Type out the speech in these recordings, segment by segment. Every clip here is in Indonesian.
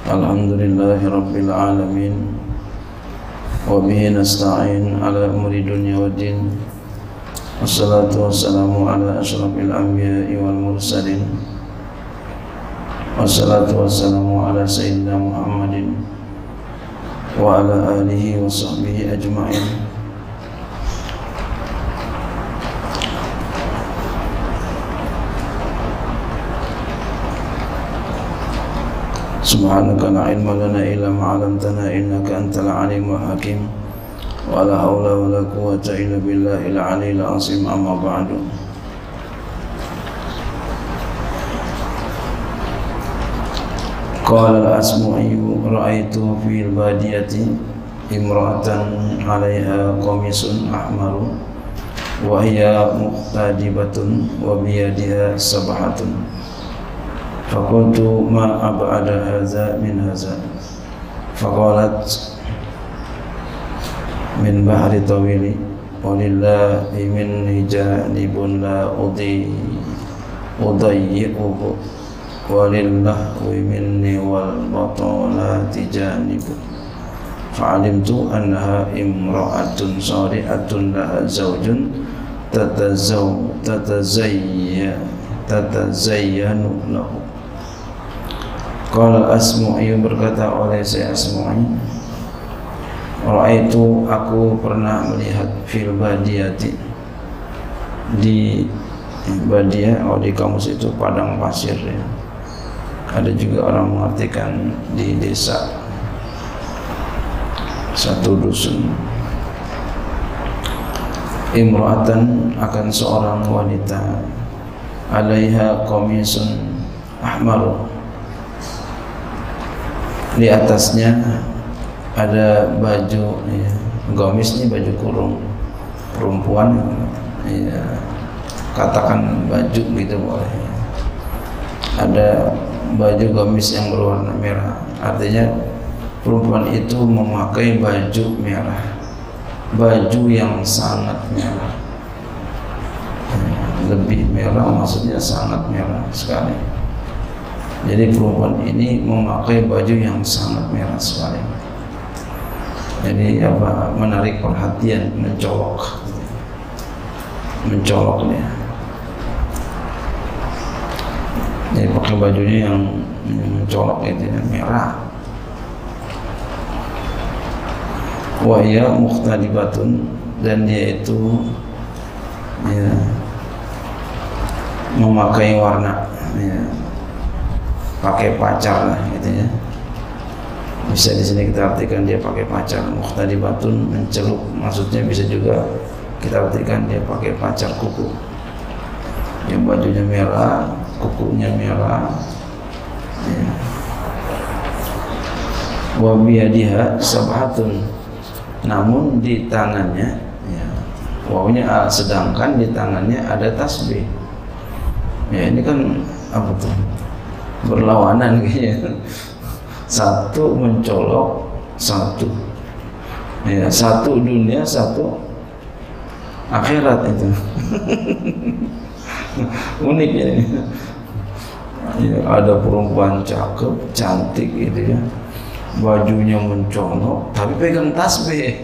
Alhamdulillahi Rabbil Alamin. Wabihi nasta'in ala umuri dunya wa din. Wassalatu wassalamu ala ashrafil anbiya'i wal mursalin. Wassalatu wassalamu ala sayyidina Muhammadin wa ala alihi wa sahbihi ajma'in. Subhanaka la ilma lana illa ma 'allamtana innaka antal alimul hakim. Wa la haula wa la quwwata illa billahil aliyyil azim. Amma ba'du. Qala al-Asma'i ra'aitu fil badiyati imra'atan 'alaiha qamisun ahmaru wa hiya muqtadibatun wa biyadiha sabhatun. Fakultu ma ab'ada hadza min hadza. Faqalat min bahri tawili walillahi minni janibun la udayyi'uhu walillahi minni wal batalati janibu. Fa'alimtu annaha imra'atun shari'atun laha zawjun tatazayyanu lahu. Qala Asma'i, berkata oleh saya Asma'i, ra'aitu, aku pernah melihat fil badiyati, di badiyah, di kamus itu padang pasir ya. Ada juga orang mengartikan di desa, satu dusun. Imra'atan, akan seorang wanita, alaiha qamisun ahmar, di atasnya ada baju ya. Gamis ini baju kurung perempuan ya, katakan baju gitu boleh. Ada baju gamis yang berwarna merah, artinya perempuan itu memakai baju merah, baju yang sangat merah, lebih merah, maksudnya sangat merah sekali. Jadi perempuan ini memakai baju yang sangat merah sekali. Jadi apa, menarik perhatian, mencolok dia. Jadi pakai bajunya yang mencolok itu ya, merah. Wa hiya muqtadibatun, dan dia itu ya, memakai warna ya, pakai pacar lah gitu ya. Bisa di sini kita artikan dia pakai pacar. Muqtadibatun, mencelup, maksudnya bisa juga kita artikan dia pakai pacar kuku. Yang bajunya merah, kukunya merah. Ya. Wa biyadiha sabhatun, namun di tangannya ya, wawunya sedangkan di tangannya ada tasbih. Ya ini kan apa tuh? Berlawanan kayaknya, satu mencolok, satu ya, satu dunia, satu akhirat itu. Unik ya ini ya, ada perempuan cakep, cantik gitu ya, bajunya mencolok tapi pegang tasbih.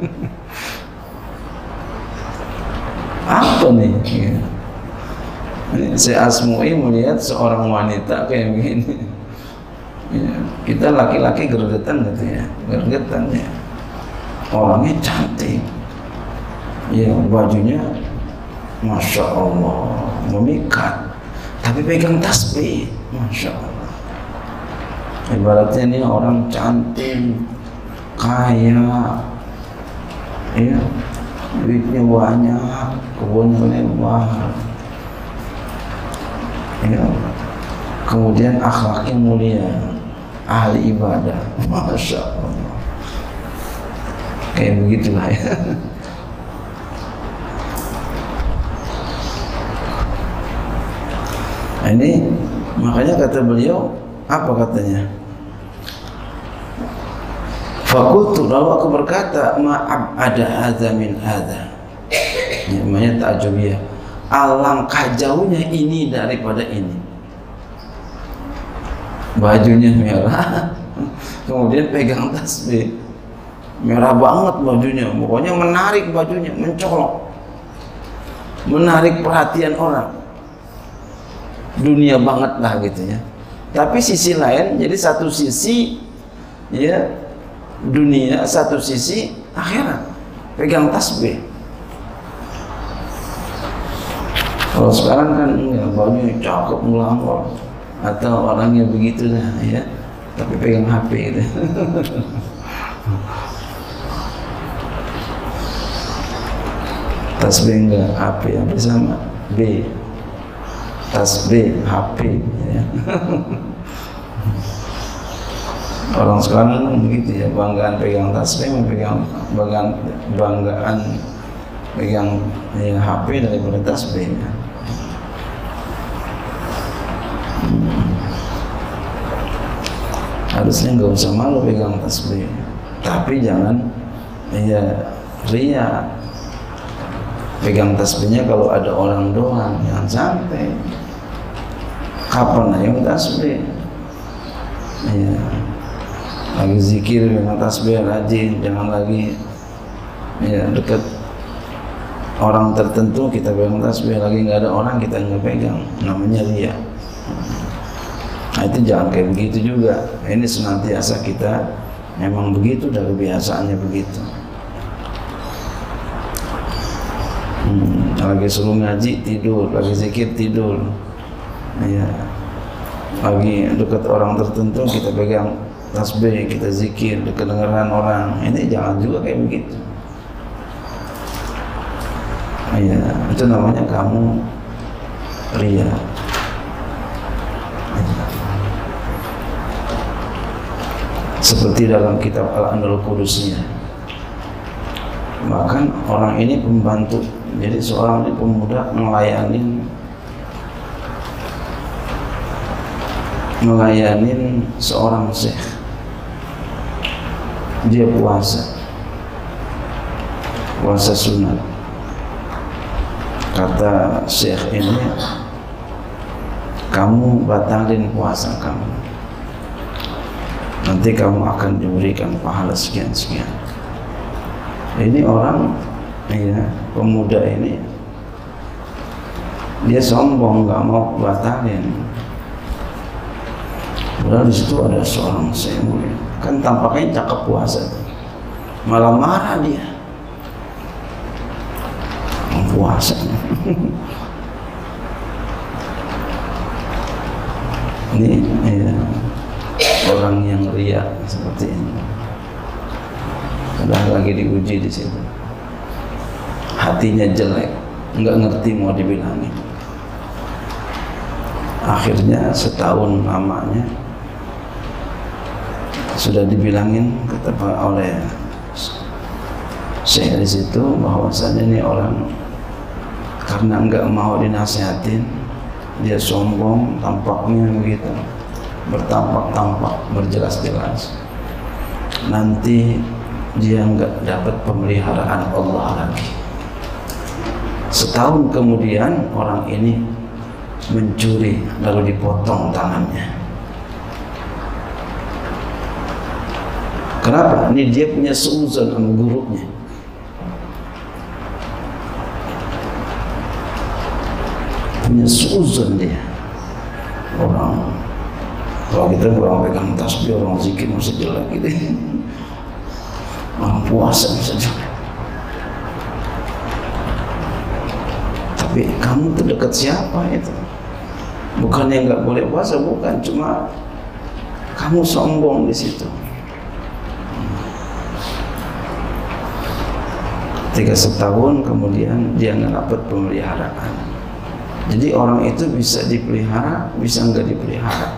Apa nih ya? Saya Asma'i melihat seorang wanita kayak begini ya, kita laki-laki gergetan gitu ya, gergetan ya. Orangnya cantik ya, bajunya Masya Allah memikat, tapi pegang tasbih, Masya Allah. Ibaratnya ini orang cantik, kaya ya, duitnya banyak, kebunnya lebar ya, kemudian akhlaknya mulia, ahli ibadah, Masya Allah. Kayak begitulah ya. Nah, ini makanya kata beliau, apa katanya? Fakultu, lalu aku berkata, maaf ada hadza min hadza. Namanya ta'jubiyah. Alangkah jauhnya ini daripada ini. Bajunya merah, Kemudian pegang tasbih, merah banget bajunya, pokoknya menarik bajunya, mencolok, menarik perhatian orang, dunia banget lah gitu ya. Tapi sisi lain, jadi satu sisi ya dunia, satu sisi akhirat, pegang tasbih. Kalau sekarang kan enggak, bajunya cakep ngelambor, atau orangnya begitu lah ya, tapi pegang HP gitu. Tasbih enggak, HP sama B, tasbih HP ya. Orang sekarang kan begitu ya, banggaan pegang tasbih, banggaan pegang ya, HP daripada tasbih ya. Harusnya nggak usah malu pegang tasbih, tapi jangan ya ria. Pegang tasbihnya kalau ada orang doang, jangan sampai. Kapan aja tasbih? Ya, lagi zikir pegang tasbih rajin, jangan lagi ya dekat orang tertentu kita pegang tasbih, lagi nggak ada orang kita nggak pegang, namanya ria. Nah itu jangan kayak begitu juga. Ini senantiasa kita memang begitu, dari kebiasaannya begitu. Lagi suruh ngaji tidur, lagi zikir tidur, ya. Lagi dekat orang tertentu kita pegang tasbih, kita zikir, kedengaran orang. Ini jangan juga kayak begitu. Ya, itu namanya kamu ria. Seperti dalam kitab Al-Andal Qudusnya, bahkan orang ini pembantu, jadi seorang ini pemuda ngelayanin seorang syekh. Dia puasa sunat. Kata syekh ini, kamu batalin puasa kamu, nanti kamu akan diberikan pahala sekian-sekian. Ini orang ya, pemuda ini dia sombong, nggak mau batalin. Padahal di situ ada seorang syekh, kan tampaknya cakep puasa, malah marah dia. Puasa. Ini ya, orang yang ria seperti ini, sudah lagi diuji di situ. Hatinya jelek, nggak ngerti mau dibilangin. Akhirnya setahun lamanya sudah dibilangin oleh syekh di situ bahwasanya ini orang karena nggak mau dinasihatin, dia sombong, tampaknya begitu, bertampak-tampak, berjelas-jelas. Nanti dia nggak dapat pemeliharaan Allah lagi. Setahun kemudian orang ini mencuri lalu dipotong tangannya. Kenapa? Ini dia punya suuzon sama gurunya. Punya suuzon dia. Orang kalau kita orang pegang tasbih, orang zikir masih jelek gitu. Orang puasa masih jelek. Tapi kamu tuh dekat siapa itu? Bukan yang nggak boleh puasa, bukan, cuma kamu sombong di situ. Ketika setahun kemudian dia nggak dapat pemeliharaan. Jadi orang itu bisa dipelihara, bisa nggak dipelihara.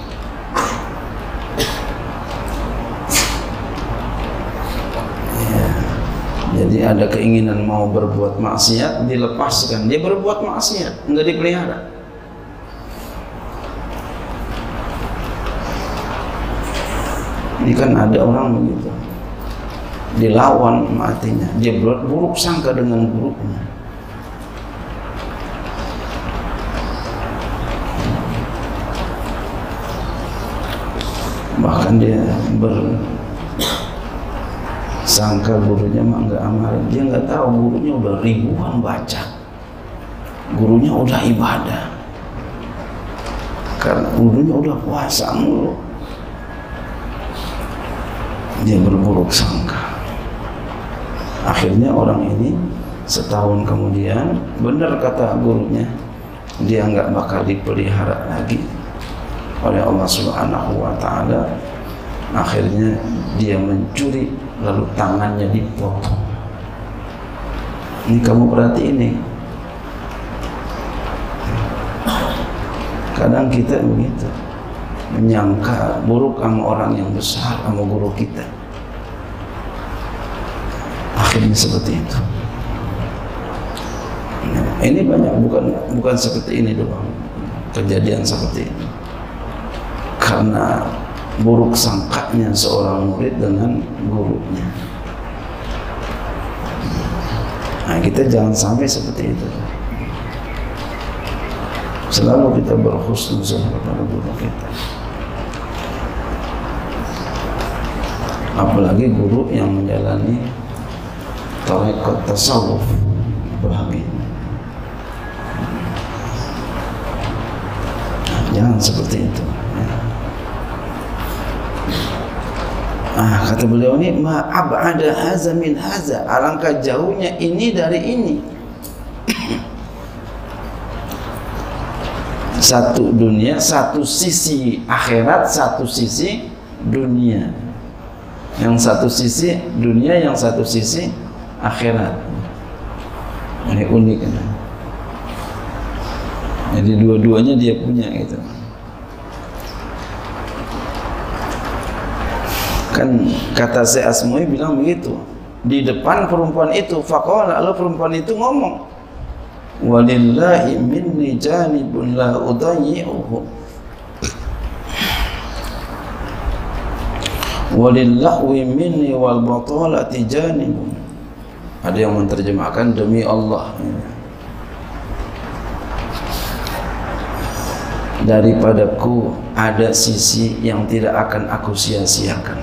Ya. Jadi ada keinginan mau berbuat maksiat, dilepaskan, dia berbuat maksiat, nggak dipelihara. Ini kan ada orang begitu, dilawan matinya, dia buruk sangka dengan buruknya. bahkan dia bersangka gurunya mah nggak amalin. Dia nggak tahu gurunya udah ribuan baca, gurunya udah ibadah, karena gurunya udah puasa mulu. Dia berburuk sangka. Akhirnya orang ini setahun kemudian, benar kata gurunya, dia nggak bakal dipelihara lagi oleh Allah Subhanahu wa Ta'ala. Akhirnya dia mencuri, lalu tangannya dipotong. Ini kamu perhatiin nih, kadang kita begitu, menyangka buruk sama orang yang besar, sama guru kita. Akhirnya seperti itu. Ini banyak, bukan seperti ini doang kejadian seperti ini, karena buruk sangkanya seorang murid dengan gurunya. Nah, kita jangan sampai seperti itu. Selalu kita berhusnuzon kepada guru kita, apalagi guru yang menjalani tarekat tasawuf, apalagi. Jangan seperti itu. Kata beliau ini, ma'ab'ada haza min haza, alangkah jauhnya ini dari ini. Satu dunia, satu sisi akhirat, satu sisi dunia. Yang satu sisi dunia, yang satu sisi akhirat. Ini unik kan? Jadi dua-duanya dia punya gitu. Kan kata Syekh Asmui bilang begitu di depan perempuan itu. Faqala, lalu perempuan itu ngomong, walillahi minni janibun la udayyi'uhu, walillahi minni wal batalati janibun. Ada yang menerjemahkan demi Allah, daripadaku ada sisi yang tidak akan aku sia-siakan,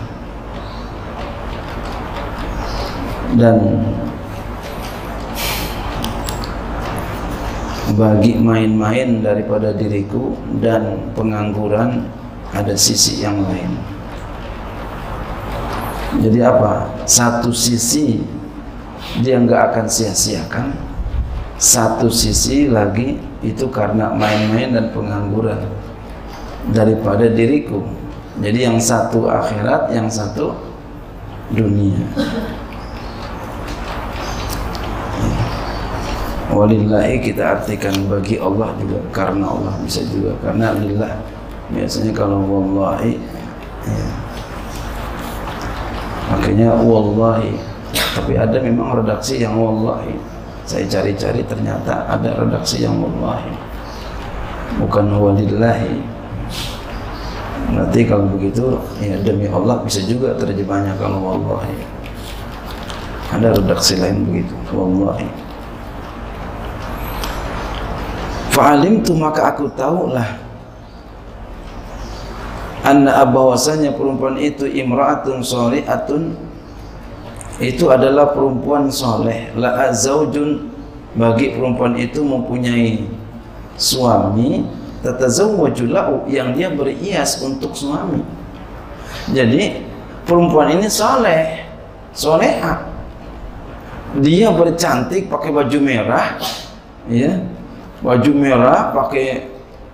dan bagi main-main daripada diriku dan pengangguran ada sisi yang lain. Jadi apa? Satu sisi dia nggak akan sia-siakan, satu sisi lagi itu karena main-main dan pengangguran daripada diriku. Jadi yang satu akhirat, yang satu dunia. Walillahi kita artikan bagi Allah juga, karena Allah bisa juga, karena lillah. Biasanya kalau wallahi ya, makanya wallahi, tapi ada memang redaksi yang wallahi. Saya cari-cari ternyata ada redaksi yang wallahi, bukan walillahi. Berarti kalau begitu ya demi Allah bisa juga terjemahnya kalau wallahi. Ada redaksi lain begitu, wallahi. Fa'alimtu, maka aku tahulah, anna bahwasanya perempuan itu imra'atun sholihatun, itu adalah perempuan soleh. La zaujun, bagi perempuan itu mempunyai suami, tatazawwaju lahu, yang dia berhias untuk suami. Jadi perempuan ini soleh, soleha, dia bercantik pakai baju merah, ya, baju merah, pakai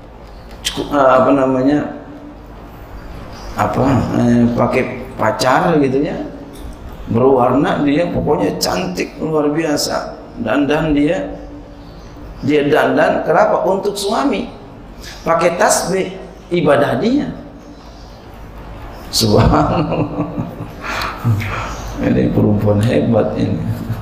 pakai pacar gitu ya, berwarna, dia pokoknya cantik luar biasa. Dandan dia dandan kenapa? Untuk suami. Pakai tasbih, ibadah dia. Subhanallah. Ini perempuan hebat ini.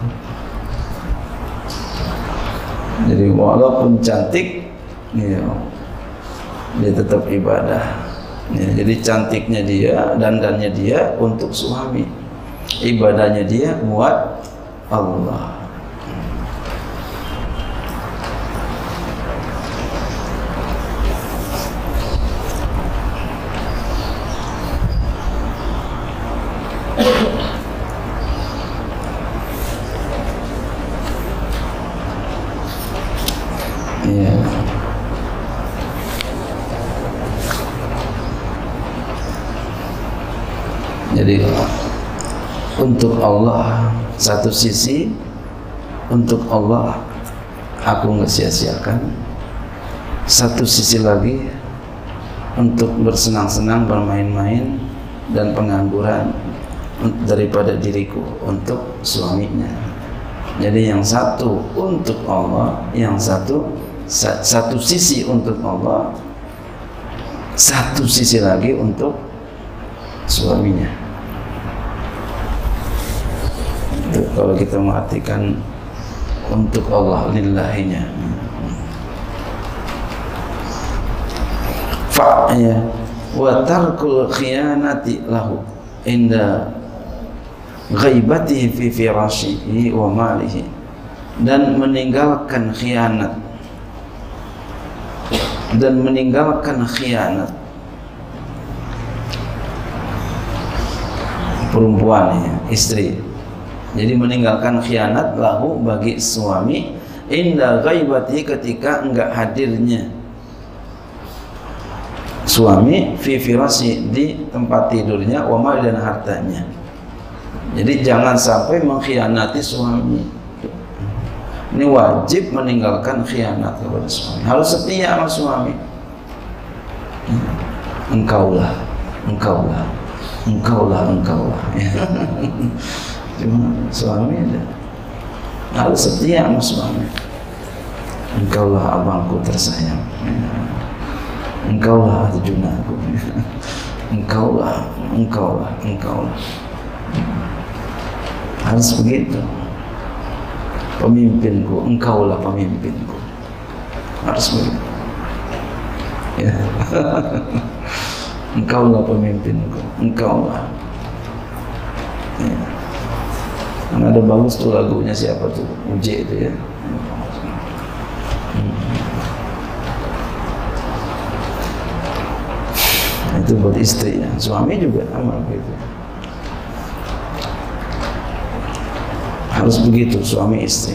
Jadi walaupun cantik, ya, dia tetap ibadah. Ya, jadi cantiknya dia, dandannya dia untuk suami, ibadahnya dia buat Allah. Jadi untuk Allah satu sisi, untuk Allah aku nggak sia-siakan. Satu sisi lagi untuk bersenang-senang, bermain-main dan pengangguran daripada diriku untuk suaminya. Jadi yang satu untuk Allah, yang satu sisi untuk Allah, satu sisi lagi untuk suaminya. Itu kalau kita mengartikan untuk Allah, lillahinya. Ya, wa tarkul khiyanati lahu inda ghaibatihi fi firashihi wa malihi, dan meninggalkan khianat, perempuan, ya, istri. Jadi meninggalkan khianat lahu bagi suami inda ghaibatihi, ketika enggak hadirnya suami, fi firasi, di tempat tidurnya, wa mal, dan hartanya. Jadi jangan sampai mengkhianati suami. Ini wajib meninggalkan khianat kepada suami. Harus setia sama suami. Engkaulah. Cuma suami ada. Harus setia sama suami. Engkaulah abangku tersayang. Engkaulah junanku. Engkaulah. Harus begitu. Pemimpinku, engkaulah pemimpinku. Harus begitu. Ya. Engkaulah pemimpinku, engkaulah. Ya. Kan ada bagus tuh lagunya, siapa tuh? Uji itu ya. Itu buat istri ya. Suami juga sama begitu. Harus begitu suami istri.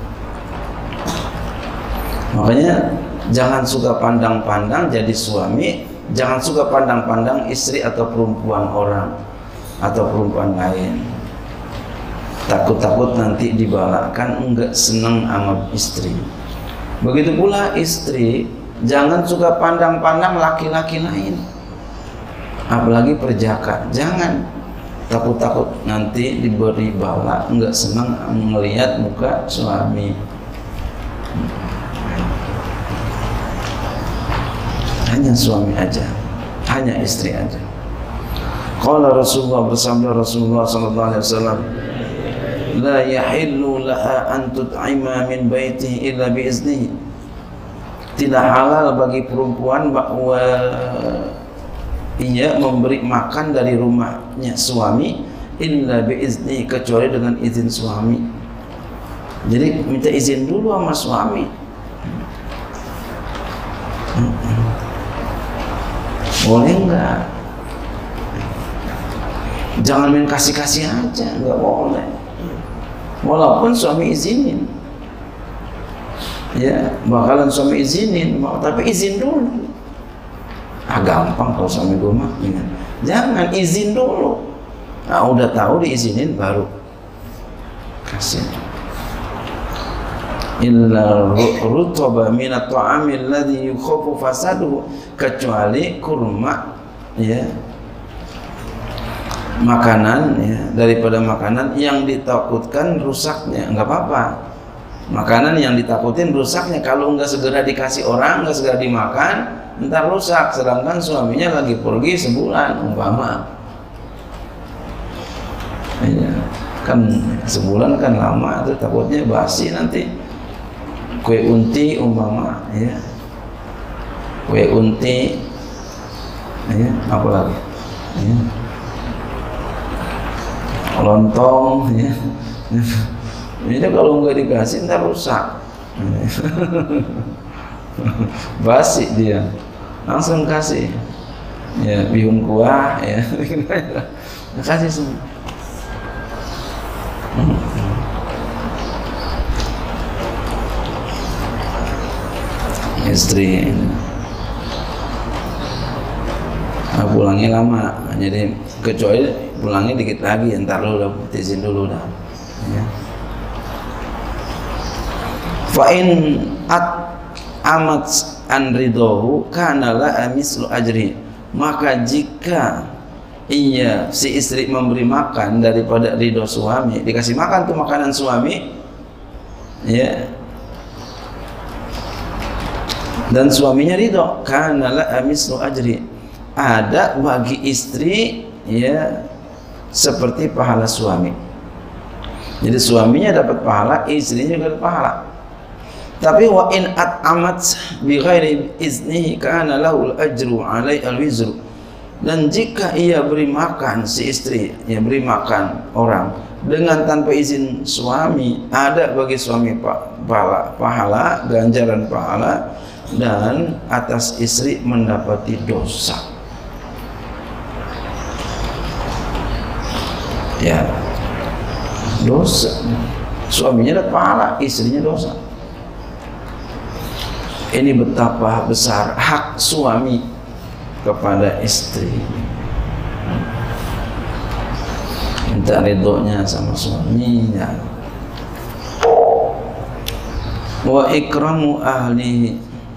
Makanya jangan suka pandang-pandang jadi suami, jangan suka pandang-pandang istri atau perempuan orang atau perempuan lain. Takut-takut nanti dibalakkan enggak senang sama istri. Begitu pula istri, jangan suka pandang-pandang laki-laki lain, apalagi perjaka. Jangan, takut-takut nanti diberi bala, enggak senang melihat muka suami. Hanya suami aja, hanya istri aja. Qala Rasulullah, bersabda Rasulullah sallallahu alaihi wasallam, la yahillu laha an tut'ima min baitihi illa bi iznihi. Tidak halal bagi perempuan bahwa ia memberi makan dari rumahnya suami illa bi izni, kecuali dengan izin suami. Jadi minta izin dulu sama suami. Boleh enggak? Jangan main kasih-kasih aja, enggak boleh. Walaupun suami izinin, ya bakalan suami izinin, tapi izin dulu. Gampang kalau suami gue mah. Jangan, izin dulu. Nah, udah tahu diizinin baru kasih. Illa rutaba min at-ta'ami alladhi yukhafu fasaduhu, kecuali kurma, ya, makanan, ya, daripada makanan yang ditakutkan rusaknya. Enggak apa-apa. Makanan yang ditakutin rusaknya, kalau enggak segera dikasih orang, enggak segera dimakan, ntar rusak. Sedangkan suaminya lagi pergi sebulan umpama, ya, kan sebulan kan lama tuh, takutnya basi nanti. Kue unti umpama, ya, kue unti, ya, apa lagi, ya, lontong, ya. Ini kalau nggak dikasih ntar rusak. Basi dia, langsung kasih, ya, bihun kuah, ya, kasih semua. Istri pulangnya lama, jadi kecuali pulangnya dikit lagi, ntar lu udah izin dulu dah. Ya. Fa in amat an ridahu kana la mislu ajri, maka jika iya si istri memberi makan daripada ridho suami, dikasih makan tuh makanan suami, ya, dan suaminya ridho, kana la mislu ajri, ada bagi istri ya seperti pahala suami. Jadi suaminya dapat pahala, istrinya juga dapat pahala. Tapi wa in amat bi ghairi iznihi kana lahu al-ajru alai al-wizru, dan jika ia beri makan si istri, ya beri makan orang dengan tanpa izin suami, ada bagi suami pahala, ganjaran pahala, dan atas istri mendapati dosa. Ya, dosa. Suaminya dapat pahala, istrinya dosa. Ini betapa besar hak suami kepada istri, minta ridhonya sama suaminya. Wa ikramu ahli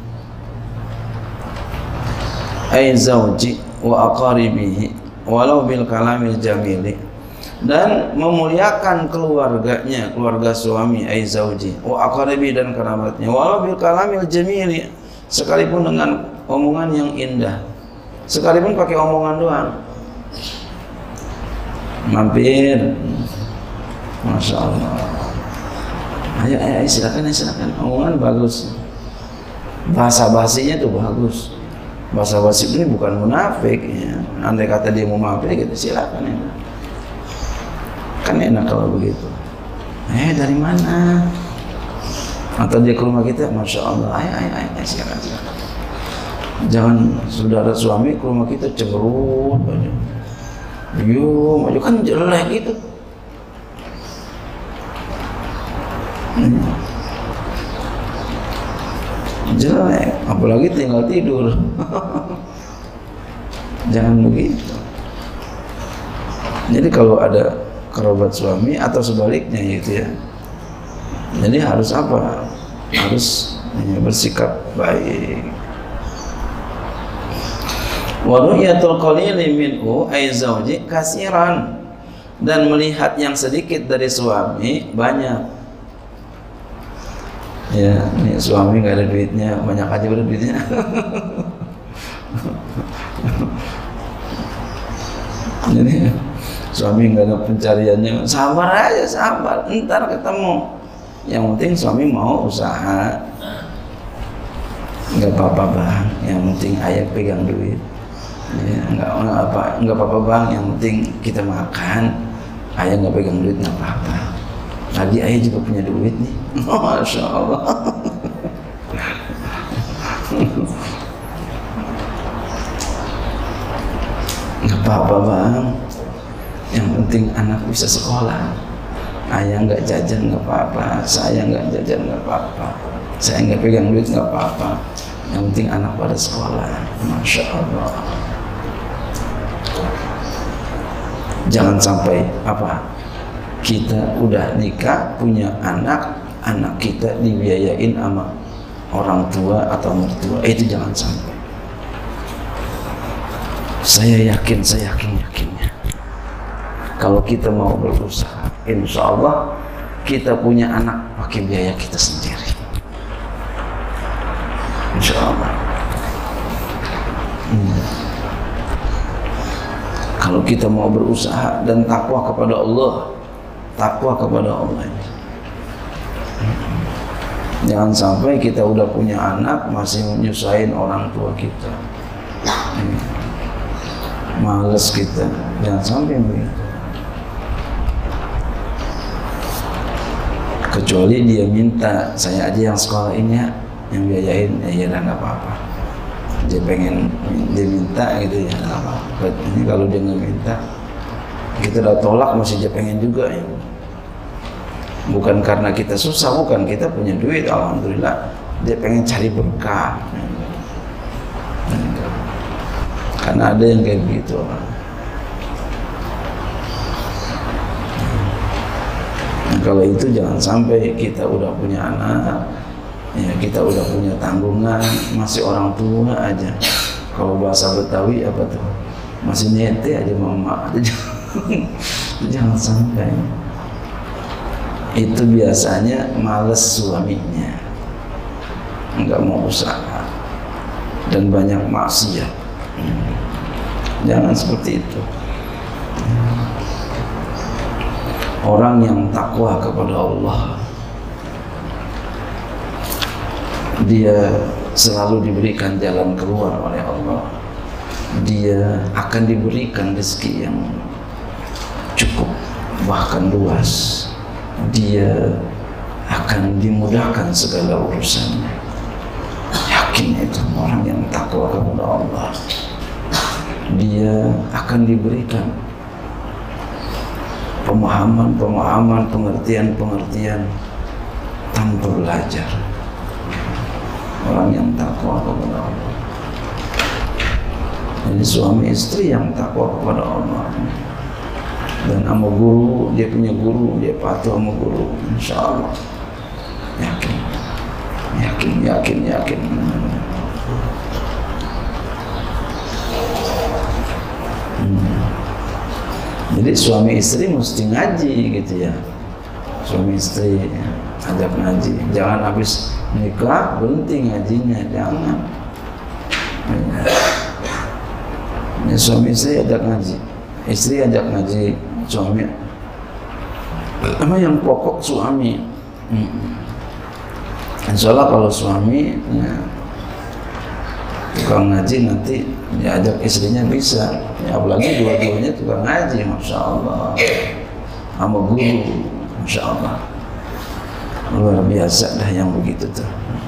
ay zawji wa aqaribihi walau bil kalamil jamili, dan memuliakan keluarganya, keluarga suami ay zawji wa aqaribi, dan kerabatnya, walau bil kalamil jamili, sekalipun dengan omongan yang indah, sekalipun pakai omongan doang, mampir, masya Allah, ayo silakan, omongan bagus, bahasa basinya tuh bagus, bahasa basi ini bukan munafik ya. Andai kata dia mau mampir gitu, silakan ya, kan enak kalau begitu. Dari mana? Atau dia ke rumah kita, masya Allah, ayo silakan. Jangan saudara suami ke rumah kita cemberut aja, maju kan jelek gitu. Jelek, apalagi tinggal tidur. Jangan begitu. Jadi kalau ada kerabat suami atau sebaliknya gitu ya, jadi harus apa? Harus bersikap baik. Wa ru'yatul qalili minhu ay zawji kasiran, dan melihat yang sedikit dari suami banyak. Ya, ini suami nggak ada duitnya, banyak aja udah duitnya. Jadi suami nggak ada pencariannya, sabar aja, sabar, ntar ketemu. Yang penting suami mau usaha, nggak apa-apa bang, yang penting ayah pegang duit. Ya, nggak apa-apa bang, yang penting kita makan, ayah nggak pegang duit nggak apa-apa. Lagi ayah juga punya duit nih, masya Allah. Nggak apa-apa bang, yang penting anak bisa sekolah. Ayah nggak jajan nggak apa-apa, saya nggak jajan nggak apa-apa, saya nggak pegang duit nggak apa-apa, yang penting anak pada sekolah. Masya Allah. Jangan sampai kita udah nikah, punya anak kita dibiayain sama orang tua atau mertua, itu jangan sampai. Saya yakinnya kalau kita mau berusaha, insya Allah kita punya anak pakai biaya kita sendiri, insya Allah. Kalau kita mau berusaha dan takwa kepada Allah, ini. Jangan sampai kita udah punya anak masih menyusahin orang tua kita, males kita, jangan sampai begitu. Kecuali dia minta, saya aja yang sekolah ini ya, yang biayain, ya nggak apa-apa. Dia pengen, dia minta gitu ya, nggak apa-apa. Ini kalau dia nggak minta, kita udah tolak, masih dia pengen juga ya. Bukan karena kita susah, bukan, kita punya duit, alhamdulillah. Dia pengen cari berkah. Karena ada yang kayak begitu. kalau itu jangan sampai kita udah punya anak, ya kita udah punya tanggungan, masih orang tua aja. Kalau bahasa Betawi apa tuh? Masih nete aja mama. Jangan sampai. Itu biasanya males suaminya, nggak mau usaha dan banyak maksiat. Jangan seperti itu. Orang yang takwa kepada Allah, dia selalu diberikan jalan keluar oleh Allah. Dia akan diberikan rezeki yang cukup, bahkan luas. Dia akan dimudahkan segala urusannya. Yakin itu orang yang takwa kepada Allah. Dia akan diberikan pemahaman, pengertian tanpa belajar. Orang yang takwa kepada Allah. Jadi suami istri yang takwa kepada Allah. Dan sama guru, dia punya guru, dia patuh sama guru, insya Allah. Yakin. Jadi suami istri mesti ngaji gitu ya. Suami istri ajak ngaji. Jangan habis nikah berhenti ngajinya, jangan. Ya, suami istri ajak ngaji, istri ajak ngaji suami. Emang yang pokok suami. Insya Allah kalau suami ya, tukang ngaji nanti diajak istrinya bisa ya, apalagi dua-duanya tukang ngaji, Masya Allah, sama guru, Masya Allah, luar biasa dah yang begitu tuh.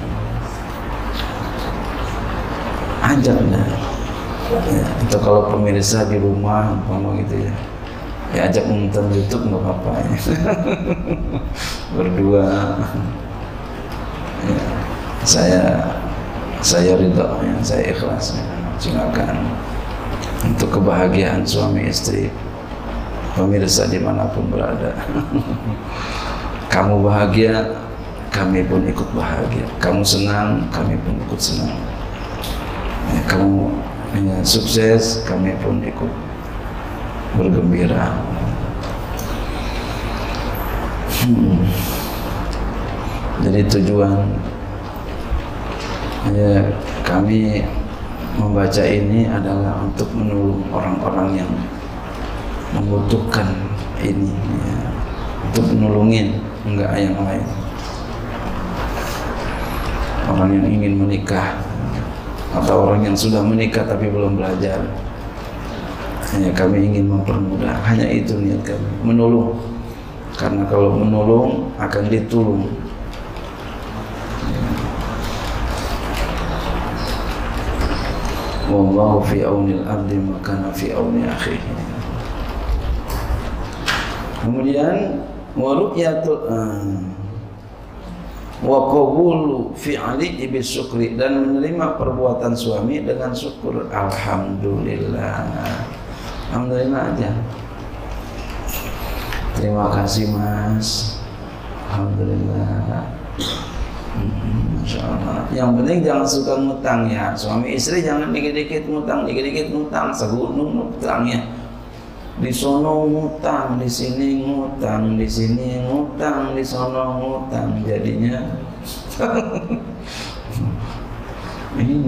Ajak dah ya, itu kalau pemirsa di rumah umpama gitu ya, ya ajak nonton YouTube nggak apa-apa ya. Berdua ya, saya ridho ya, saya ikhlas ya. Silakan untuk kebahagiaan suami istri, pemirsa dimanapun berada. Kamu bahagia, kami pun ikut bahagia. Kamu senang, kami pun ikut senang ya, kamu ya, sukses, kami pun ikut bergembira. Jadi tujuan ya, kami membaca ini adalah untuk menolong orang-orang yang membutuhkan ini ya, untuk menolongin, enggak yang lain. Orang yang ingin menikah atau orang yang sudah menikah tapi belum belajar, hanya kami ingin mempermudah, hanya itu niat kami, menolong. Karena kalau menolong akan ditolong. Wallahu fi aunil abdi makana fi auni akhihi. Kemudian wa ru'yatul wa qabulu fi'li bis syukri, dan menerima perbuatan suami dengan syukur. Alhamdulillah. Alhamdulillah aja. Terima kasih Mas. Alhamdulillah. Masya Allah. Yang penting jangan suka ngutang ya. Suami istri jangan dikit-dikit ngutang, segunung ngutangnya. Di sono ngutang, di sini ngutang, di sini ngutang, di sono ngutang. Jadinya ini.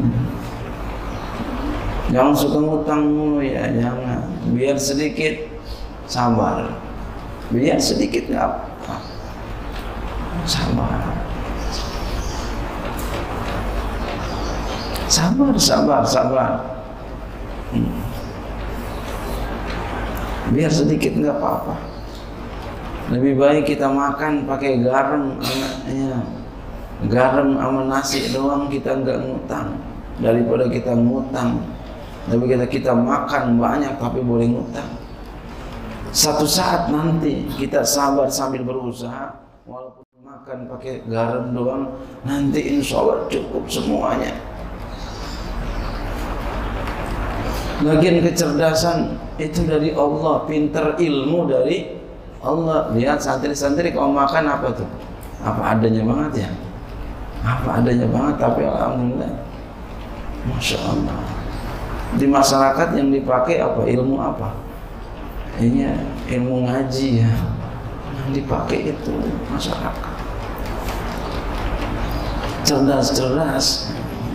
Jangan suka ngutang mulu ya, jangan. Biar sedikit sabar. Biar sedikit nggak apa. Sabar. Biar sedikit nggak apa-apa. Lebih baik kita makan pakai garam, ya, garam sama nasi doang, kita nggak ngutang, daripada kita ngutang. Tapi kita makan banyak tapi boleh ngutang. Satu saat nanti kita sabar sambil berusaha, walaupun makan pakai garam doang, nanti insya Allah cukup semuanya. Lagian kecerdasan itu dari Allah, pinter ilmu dari Allah, lihat santri-santri kalau makan apa tuh? Apa adanya banget ya? Apa adanya banget, tapi alhamdulillah, masya Allah. Di masyarakat yang dipakai apa? Ilmu apa? Ini ilmu ngaji ya. Yang dipakai itu masyarakat. Cerdas-cerdas.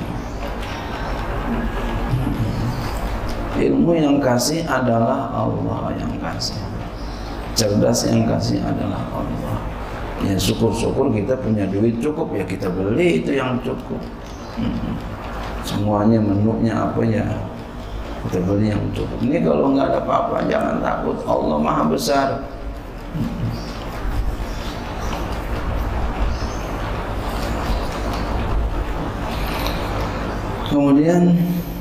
Ilmu yang kasih adalah Allah yang kasih. Cerdas yang kasih adalah Allah. Ya syukur-syukur kita punya duit cukup, ya kita beli itu yang cukup. Semuanya menunya apa ya kita beli yang cukup. Ini kalau nggak ada apa-apa jangan takut, Allah Maha Besar. Kemudian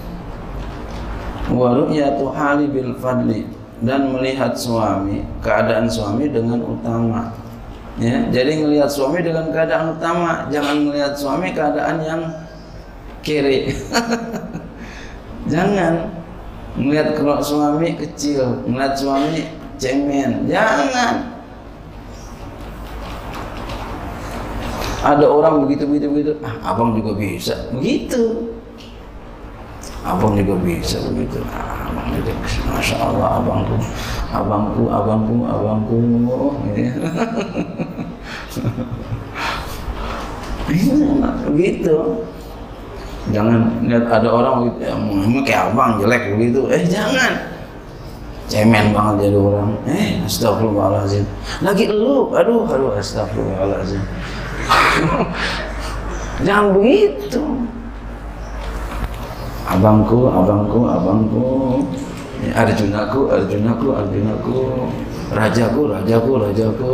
wa ru'yatu hali bil fadli, dan melihat suami, keadaan suami dengan utama. Ya, jadi melihat suami dengan keadaan utama, jangan melihat suami keadaan yang kiri. Jangan melihat kalau suami kecil, melihat suami cemen, jangan. Ada orang begitu, abang juga bisa begitu. Abang juga bisa begitu. Abang juga bisa. Masya Allah, abangku. Begitu. Jangan lihat ada orang begitu, ya, kayak abang jelek begitu. Jangan. Cemen banget jadi orang. Astagfirullahaladzim. Lagi lu, aduh, astagfirullahaladzim. Jangan begitu. Abangku, Arjunaku, rajaku.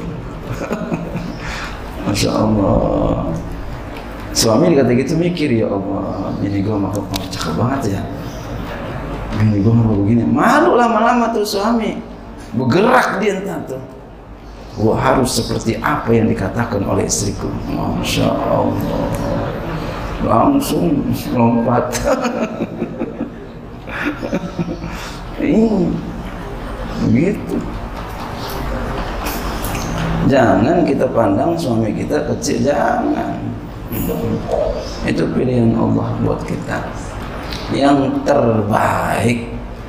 Masya Allah. Suami dikata gitu mikir, ya Allah, ini gue mau cakep banget ya. Ini gue mau begini. Malu lama-lama tuh suami. Bergerak dia entar tuh. Gue harus seperti apa yang dikatakan oleh istriku. Masya Allah. Langsung lompat. Begitu. Jangan kita pandang suami kita kecil, jangan. Itu pilihan Allah buat kita yang terbaik.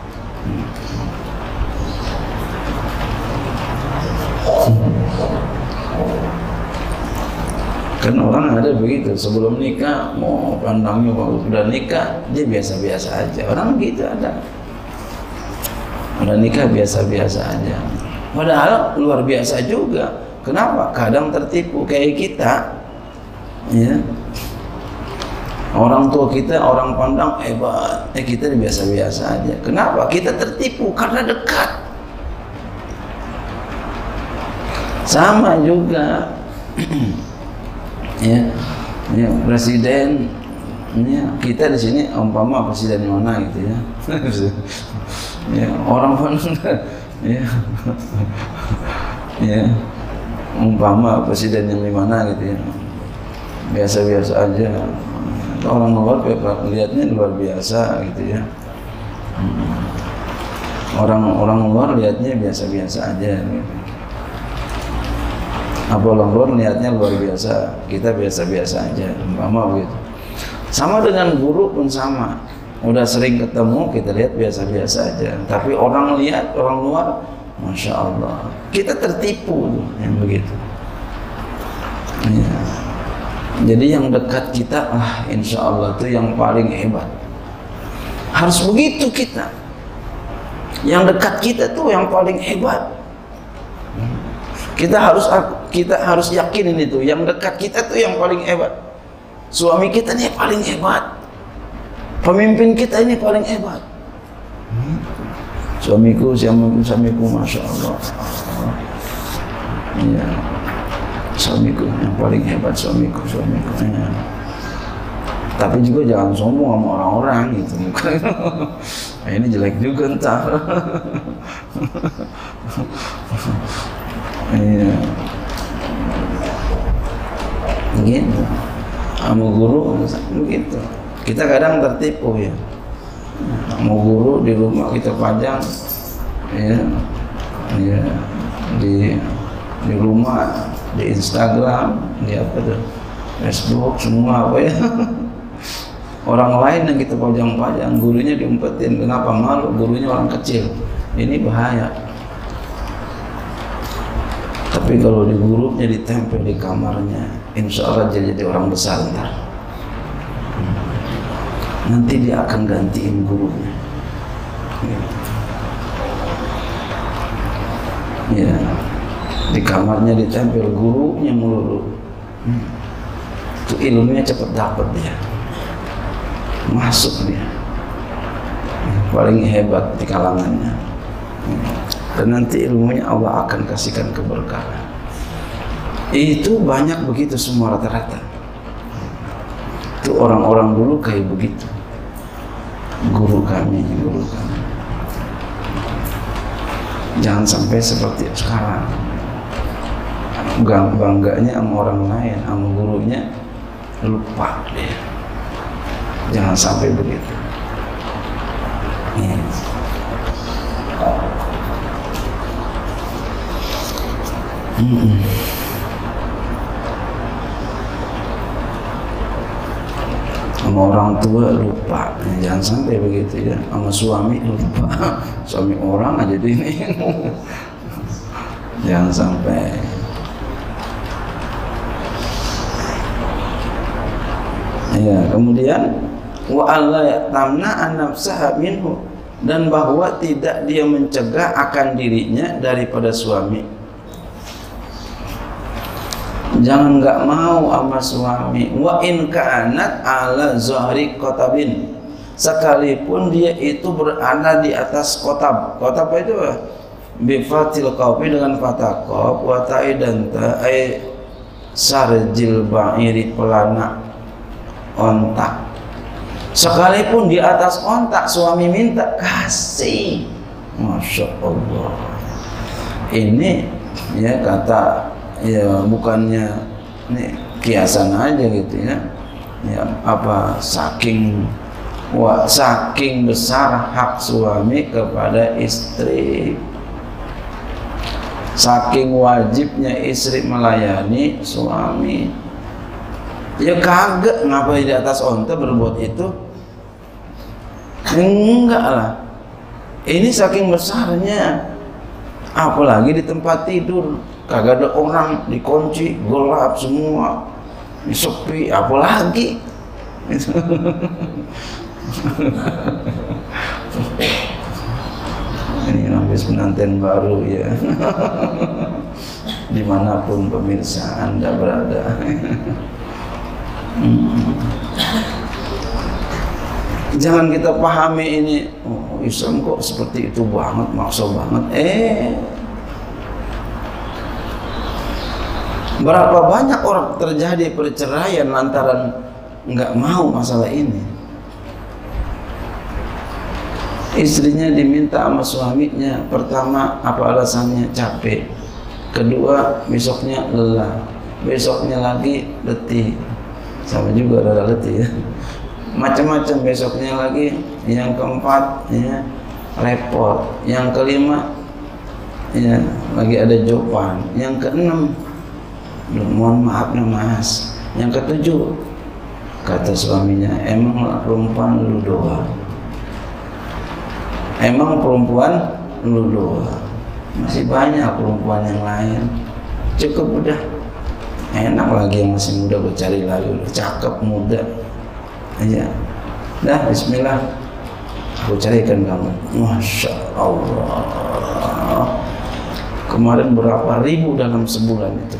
Kan orang ada begitu, sebelum nikah mau pandangnya bagus, udah nikah dia biasa-biasa aja. Orang gitu ada. Udah nikah biasa-biasa aja. Padahal luar biasa juga. Kenapa? Kadang tertipu kayak kita. Ya. Orang tua kita, orang pandang hebat, kita biasa-biasa aja. Kenapa? Kita tertipu karena dekat. Sama juga. Ya, presiden, ya, kita di sini umpama presiden mana gitu ya. Ya, orang pun ya, umpama presiden yang di mana gitu ya, biasa-biasa aja. Orang luar lihatnya luar biasa gitu ya. Orang luar lihatnya biasa-biasa aja gitu. Apa orang luar niatnya luar biasa, kita biasa-biasa aja, umpama begitu. Sama dengan guru pun sama, udah sering ketemu kita lihat biasa-biasa aja, tapi orang lihat, orang luar, masya Allah, kita tertipu yang begitu. Ya. Jadi yang dekat kita, insya Allah itu yang paling hebat. Harus begitu kita. Yang dekat kita tuh yang paling hebat. Kita harus yakinin itu, yang dekat kita tuh yang paling hebat. Suami kita ini paling hebat. Pemimpin kita ini paling hebat. Suamiku, masya Allah. Ya. Suamiku yang paling hebat, suamiku. Ya. Tapi juga jangan sombong sama orang-orang gitu. Ini jelek juga ntar. Iya. Begitu. Sama guru begitu. Kita kadang tertipu ya. Sama guru di rumah kita pajang, ya, di rumah, di Instagram, di apa tuh, Facebook, semua apa ya. Orang lain yang kita pajang-pajang, gurunya diumpetin. Kenapa? Malu, gurunya orang kecil. Ini bahaya. Tapi kalau di gurunya ditempel di kamarnya, insya Allah jadi orang besar ntar. Nanti dia akan gantiin gurunya. Ya, di kamarnya ditempel gurunya melulu. Itu ilmunya cepat dapat dia. Masuk dia, paling hebat di kalangannya, dan nanti ilmunya Allah akan kasihkan keberkahan. Itu banyak begitu semua rata-rata. Itu orang-orang dulu kayak begitu. Guru kami. Jangan sampai seperti sekarang. Bangganya sama orang lain, sama gurunya, lupa dia. Jangan sampai begitu. Sama orang tua lupa, jangan sampai begitu ya. Sama suami lupa, suami orang aja ini. Jangan sampai. Ya, kemudian wa alla tamna nafsaha minhu, dan bahwa tidak dia mencegah akan dirinya daripada suami. Jangan nggak mau sama suami. Wa in kanat ala zahri qatabin, sekalipun dia itu berada di atas kotab. Kotab itu bi fatil qawfi, dengan fathah qaf, wa ta'idan ta'i sarjil ba'iri, pelana ontak. Sekalipun di atas ontak suami minta, kasih. Masya Allah. Ini ya kata, ya bukannya ini kiasan aja gitu ya. Ya apa, saking besar hak suami kepada istri, saking wajibnya istri melayani suami. Ya kagak, ngapain di atas onta berbuat itu? Enggak lah. Ini saking besarnya. Apalagi di tempat tidur, kagak ada orang, dikunci, gelap semua, sepi, apalagi. Ini habis pengantin baru ya. Dimanapun pemirsa Anda berada. Jangan kita pahami ini, oh Islam kok seperti itu banget, maksa banget. Berapa banyak orang terjadi perceraian lantaran nggak mau masalah ini. Istrinya diminta sama suaminya, pertama apa alasannya? Capek. Kedua, besoknya lelah. Besoknya lagi letih. Sama juga rada letih ya. Macam-macam, besoknya lagi. Yang keempat ya repot. Yang kelima ya lagi ada jawaban. Yang keenam, mohon maaf nih mas. Yang ketujuh, kata suaminya, emang perempuan lu doang. Emang perempuan lu doang. Masih banyak perempuan yang lain. Cukup udah. Enak lagi yang masih muda, gue cari lagi, udah cakep muda aja. Dah, bismillah, aku carikan kamu. Masya Allah. Kemarin berapa ribu dalam sebulan itu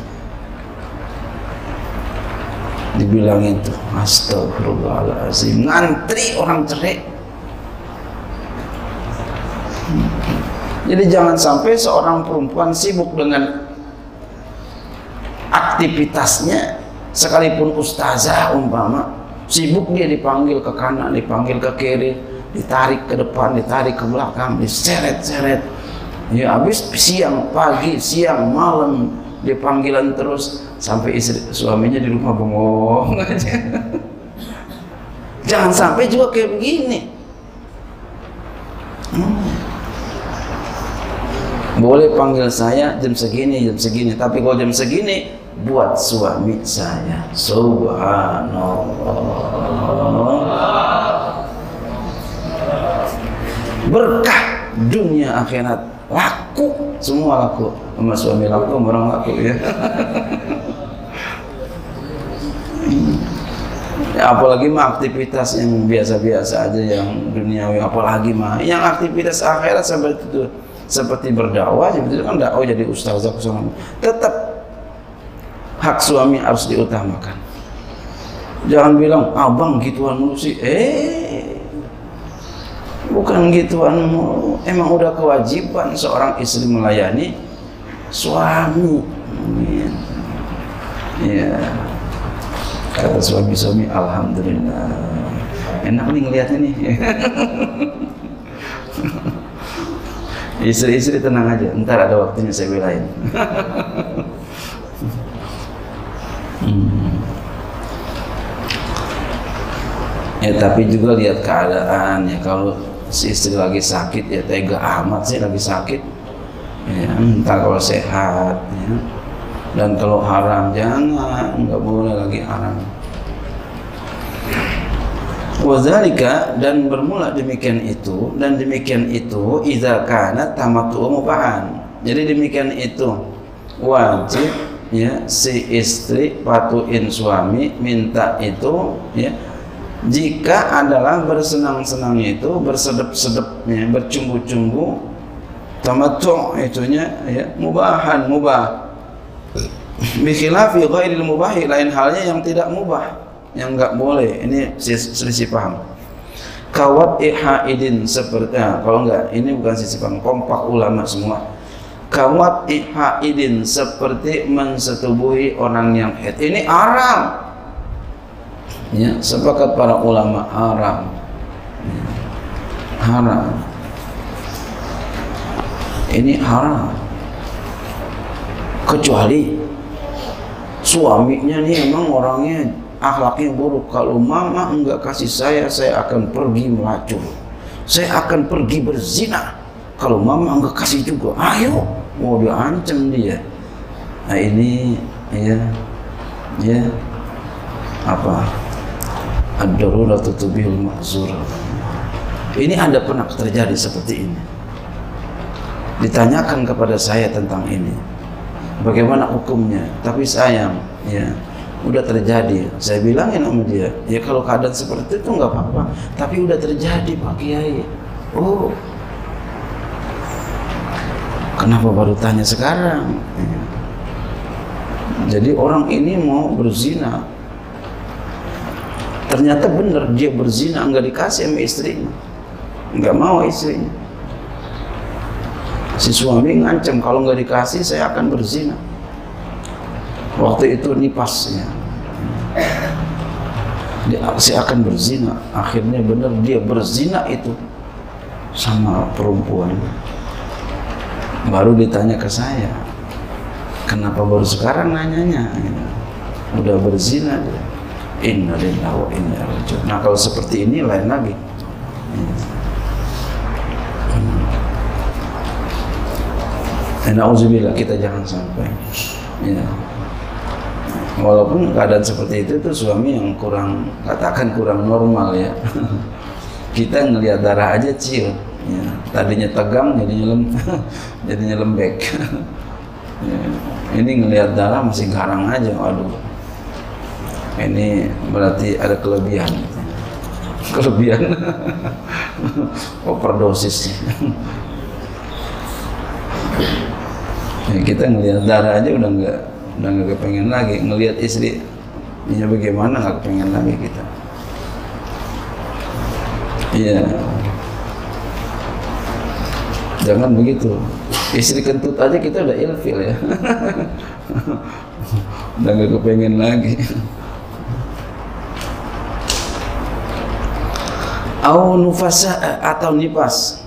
dibilang itu. Astagfirullahaladzim, ngantri orang cerai. Jadi jangan sampai seorang perempuan sibuk dengan aktivitasnya, sekalipun ustazah umpama, sibuk dia dipanggil ke kanan, dipanggil ke kiri, ditarik ke depan, ditarik ke belakang, diseret-seret. Ya habis siang, pagi, siang, malam dia panggilan terus sampai istri suaminya di rumah bengong aja. Jangan sampai juga kayak begini. Boleh panggil saya jam segini, tapi kalau jam segini buat suami saya. Subhanallah. Berkah dunia akhirat, laku, semua laku. Sama suami laku, orang laku ya. Ya, apalagi mah aktivitas yang biasa-biasa aja, yang duniawi, apalagi mah yang aktivitas akhirat seperti berdakwah, seperti itu kan dakwah jadi ustazah, tetap hak suami harus diutamakan. Jangan bilang abang gituan mulu sih, bukan gituan mulu, emang udah kewajiban seorang istri melayani suami. Ya. Kata suami-suami, alhamdulillah, enak nih ngeliatnya nih. Istri-istri tenang aja, ntar ada waktunya saya belain. Ya tapi juga lihat keadaan ya, kalau si istri lagi sakit ya tega amat sih lagi sakit. Ya, entah kalau sehat ya. Dan kalau haram jangan, nggak boleh lagi haram. Wazalika, dan bermula demikian itu idza kana tamattu mubahan. Jadi demikian itu wajib ya si istri patuhin suami minta itu ya jika adalah bersenang-senang itu, bersedep-sedepnya, bercumbu-cumbu, tamattu itunya ya mubah. Bikhilafi ghairil mubah, lain halnya yang tidak mubah, yang enggak boleh. Ini selisih paham. Kawat ihaidin seperti kalau enggak, ini bukan selisih paham, kompak ulama semua. Kawat ihaidin seperti mensetubuhi orang yang haid. Ini haram. Ya, sepakat para ulama haram. Ya, haram. Ini haram. Kecuali suaminya nih emang orangnya akhlaknya buruk. Kalau mama enggak kasih saya akan pergi melacur, saya akan pergi berzina. Kalau mama enggak kasih juga, ayo, mau diancam dia. Nah ini ya apa? Ad-daruratu tubihul mahzur. Ini ada pernah terjadi seperti ini. Ditanyakan kepada saya tentang ini, bagaimana hukumnya? Tapi sayang, ya udah terjadi. Saya bilangin sama dia, ya kalau keadaan seperti itu nggak apa-apa. Tapi udah terjadi Pak Kiai. Oh, kenapa baru tanya sekarang? Ya. Jadi orang ini mau berzina. Ternyata benar dia berzina, nggak dikasih sama istrinya, nggak mau istrinya. Si suami ngancam kalau nggak dikasih saya akan berzina. Waktu itu nipasnya, saya akan berzina. Akhirnya benar dia berzina itu sama perempuan. Baru ditanya ke saya, kenapa baru sekarang nanyanya? Udah berzina dia. Inna lillahi wa inna ilaihi raji'un. Nah kalau seperti ini lain lagi. Nauzubillah, kita jangan sampai ya. Walaupun keadaan seperti itu suami yang kurang, katakan kurang normal ya. Kita ngelihat darah aja ciut ya. Tadinya tegang jadinya lembek. Ya. Ini ngelihat darah masih garang aja, waduh, ini berarti ada kelebihan overdosis. Ya, kita ngelihat darah aja udah nggak kepengen lagi, ngelihat istri ini bagaimana nggak kepengen lagi kita. Iya, jangan begitu. Istri kentut aja kita udah ilfil ya. Udah nggak kepengen lagi. Au nufasa atau nipas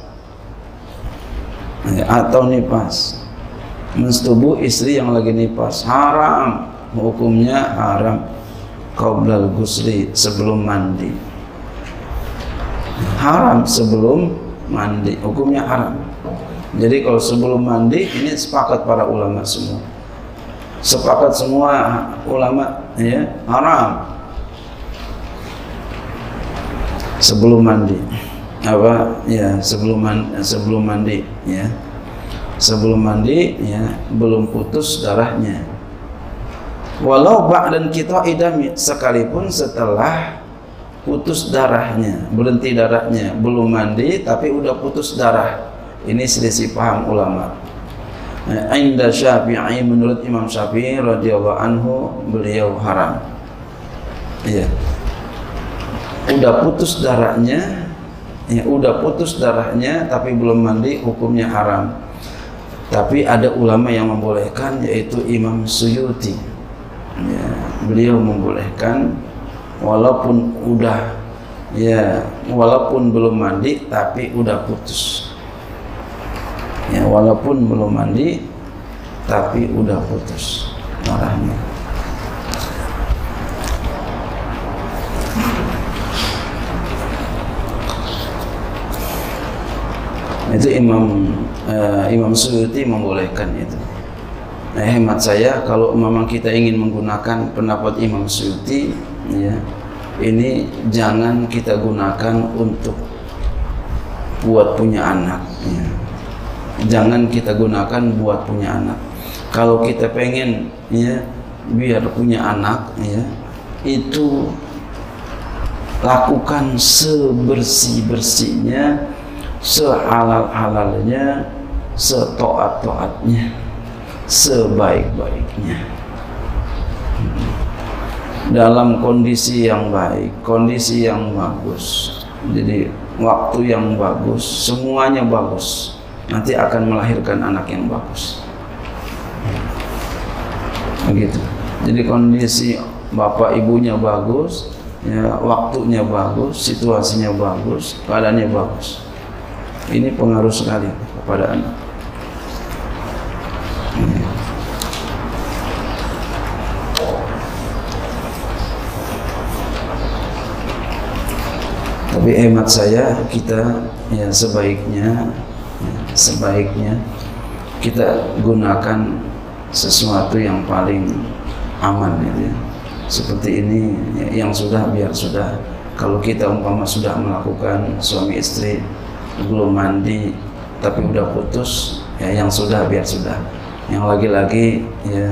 ya, atau nipas mensetubuh istri yang lagi nipas, haram, hukumnya haram. Qablal ghusli, sebelum mandi, haram sebelum mandi, hukumnya haram. Jadi kalau sebelum mandi ini sepakat para ulama semua. Sepakat semua ulama ya, haram sebelum mandi. Apa ya, sebelum mandi ya. Sebelum mandi ya, belum putus darahnya. Walau ba'dan qita'i dami, sekalipun setelah putus darahnya, berhenti darahnya, belum mandi tapi udah putus darah. Ini selisih paham ulama. Inda Syafi'i, menurut Imam Syafi'i radhiyallahu anhu, beliau haram. Iya. Udah putus darahnya, ya udah putus darahnya tapi belum mandi, hukumnya haram. Tapi ada ulama yang membolehkan, yaitu Imam Suyuti. Ya, beliau membolehkan walaupun belum mandi tapi udah putus. Ya, walaupun belum mandi tapi udah putus darahnya. Itu Imam Suyuti membolehkan itu. Nah, hemat saya kalau memang kita ingin menggunakan pendapat Imam Suyuti ya, ini jangan kita gunakan untuk buat punya anak ya. Jangan kita gunakan buat punya anak. Kalau kita pengen ya biar punya anak ya, itu lakukan sebersih-bersihnya, sehalal-halalnya, setoat-toatnya, sebaik-baiknya, dalam kondisi yang baik, kondisi yang bagus. Jadi waktu yang bagus, semuanya bagus, nanti akan melahirkan anak yang bagus. Begitu. Jadi kondisi bapak ibunya bagus, ya, waktunya bagus, situasinya bagus, keadaannya bagus. Ini pengaruh sekali kepada anak. Tapi hemat saya, kita ya sebaiknya kita gunakan sesuatu yang paling aman gitu ya. Seperti ini ya, yang sudah biar sudah. Kalau kita umpama sudah melakukan suami istri belum mandi tapi udah putus ya, yang sudah biar sudah. Yang lagi-lagi ya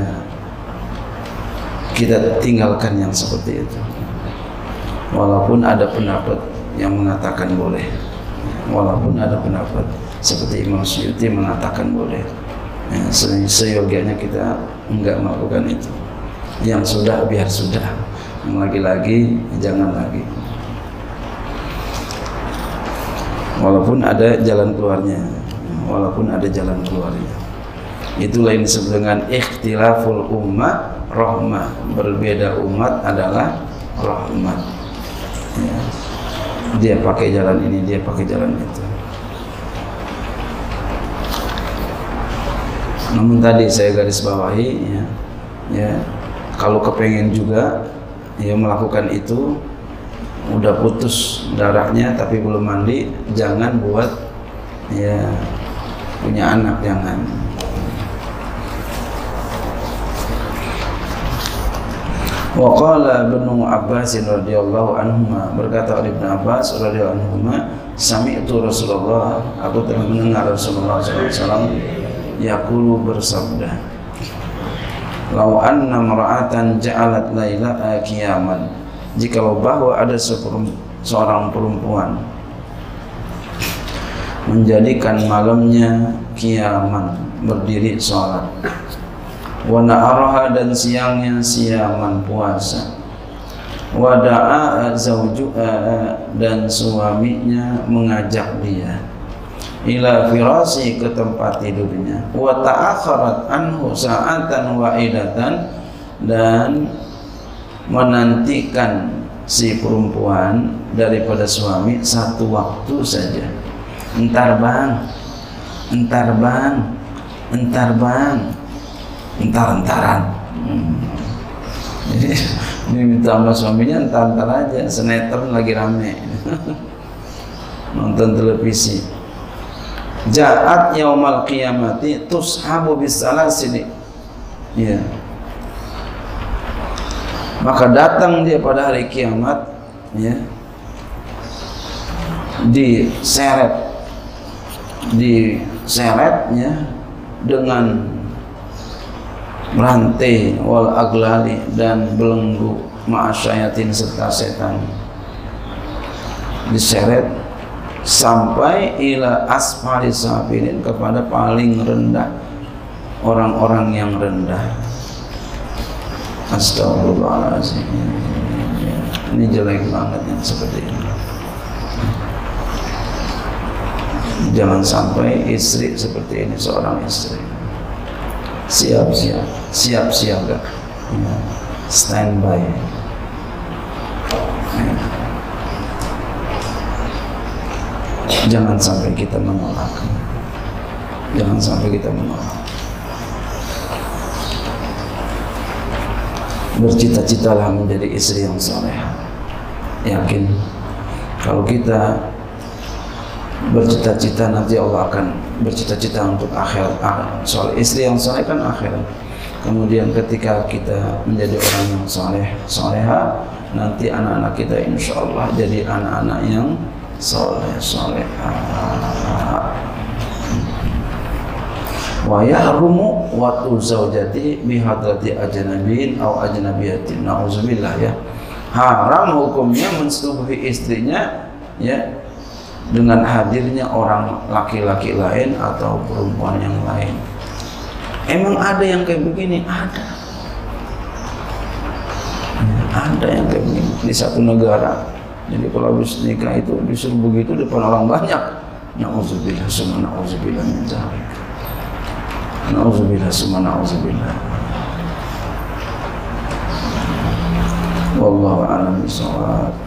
kita tinggalkan yang seperti itu. Walaupun ada pendapat yang mengatakan boleh, walaupun ada pendapat seperti Imam Suyuti mengatakan boleh, ya, seyogianya kita enggak melakukan itu. Yang sudah biar sudah, yang lagi-lagi jangan lagi. Walaupun ada jalan keluarnya, walaupun ada jalan keluarnya. Itulah yang disebut dengan ikhtilaful ummah rahmah. Berbeda umat adalah rahmat ya. Dia pakai jalan ini, dia pakai jalan itu. Namun tadi saya garis bawahi ya, kalau kepengen juga ya melakukan itu, udah putus darahnya tapi belum mandi, jangan buat ya punya anak, jangan. Wa qala Ibnu Abbas radhiyallahu anhuma, berkata Ibnu Abbas radhiyallahu anhuma, sami'tu Rasulullah, aku telah mendengar Rasulullah sallallahu alaihi wasallam yaqulu, bersabda, lau anna mar'atan ja'alat lailaha qiyaman, jikalau bahwa ada seorang perempuan menjadikan malamnya qiyaman, berdiri sholat, wa na'araha, dan siangnya siaman, puasa, wa da'a zawjuha, dan suaminya mengajak dia, ila firasi, ke tempat tidurnya, wa ta'akharat anhu sa'atan wa'idatan, dan menantikan si perempuan daripada suami satu waktu saja. Entar bang, entar bang, entar bang, entar-entaran. Jadi dia minta sama suaminya entar-entar aja, sinetron lagi rame nonton televisi. Ja'at yaumal qiyamati tushabu bisalasili. Ya. Maka datang dia pada hari kiamat, ya, diseretnya dengan rantai wal aglali dan belenggu ma'asyayatin serta setan, diseret sampai ila asfali safilin, kepada paling rendah orang-orang yang rendah. Astagfirullahaladzim, ini jelek banget yang seperti ini. Jangan sampai istri seperti ini, seorang istri siap siaga, standby. Jangan sampai kita menolak. Jangan sampai kita menolak. Bercita-citalah menjadi istri yang soleh. Yakin kalau kita bercita-cita, nanti Allah akan bercita-cita untuk akhirat. Soal istri yang soleh kan akhirat. Kemudian ketika kita menjadi orang yang soleh, soleha, nanti anak-anak kita insya Allah jadi anak-anak yang soleh, soleha. Wa yahrumu watu zaujati bihadrati ajnabiyin aw ajnabiyatin. Nauzubillah, ya. Haram hukumnya mensetubuhi istrinya, ya, dengan hadirnya orang laki-laki lain atau perempuan yang lain. Emang ada yang kayak begini? Ada yang kayak begini di satu negara. Jadi kalau habis nikah itu disuruh begitu depan orang banyak. Nauzubillah summa nauzubillah min dzalik. Nauzubillah summa nauzubillah. Wallahu a'lam bishawab.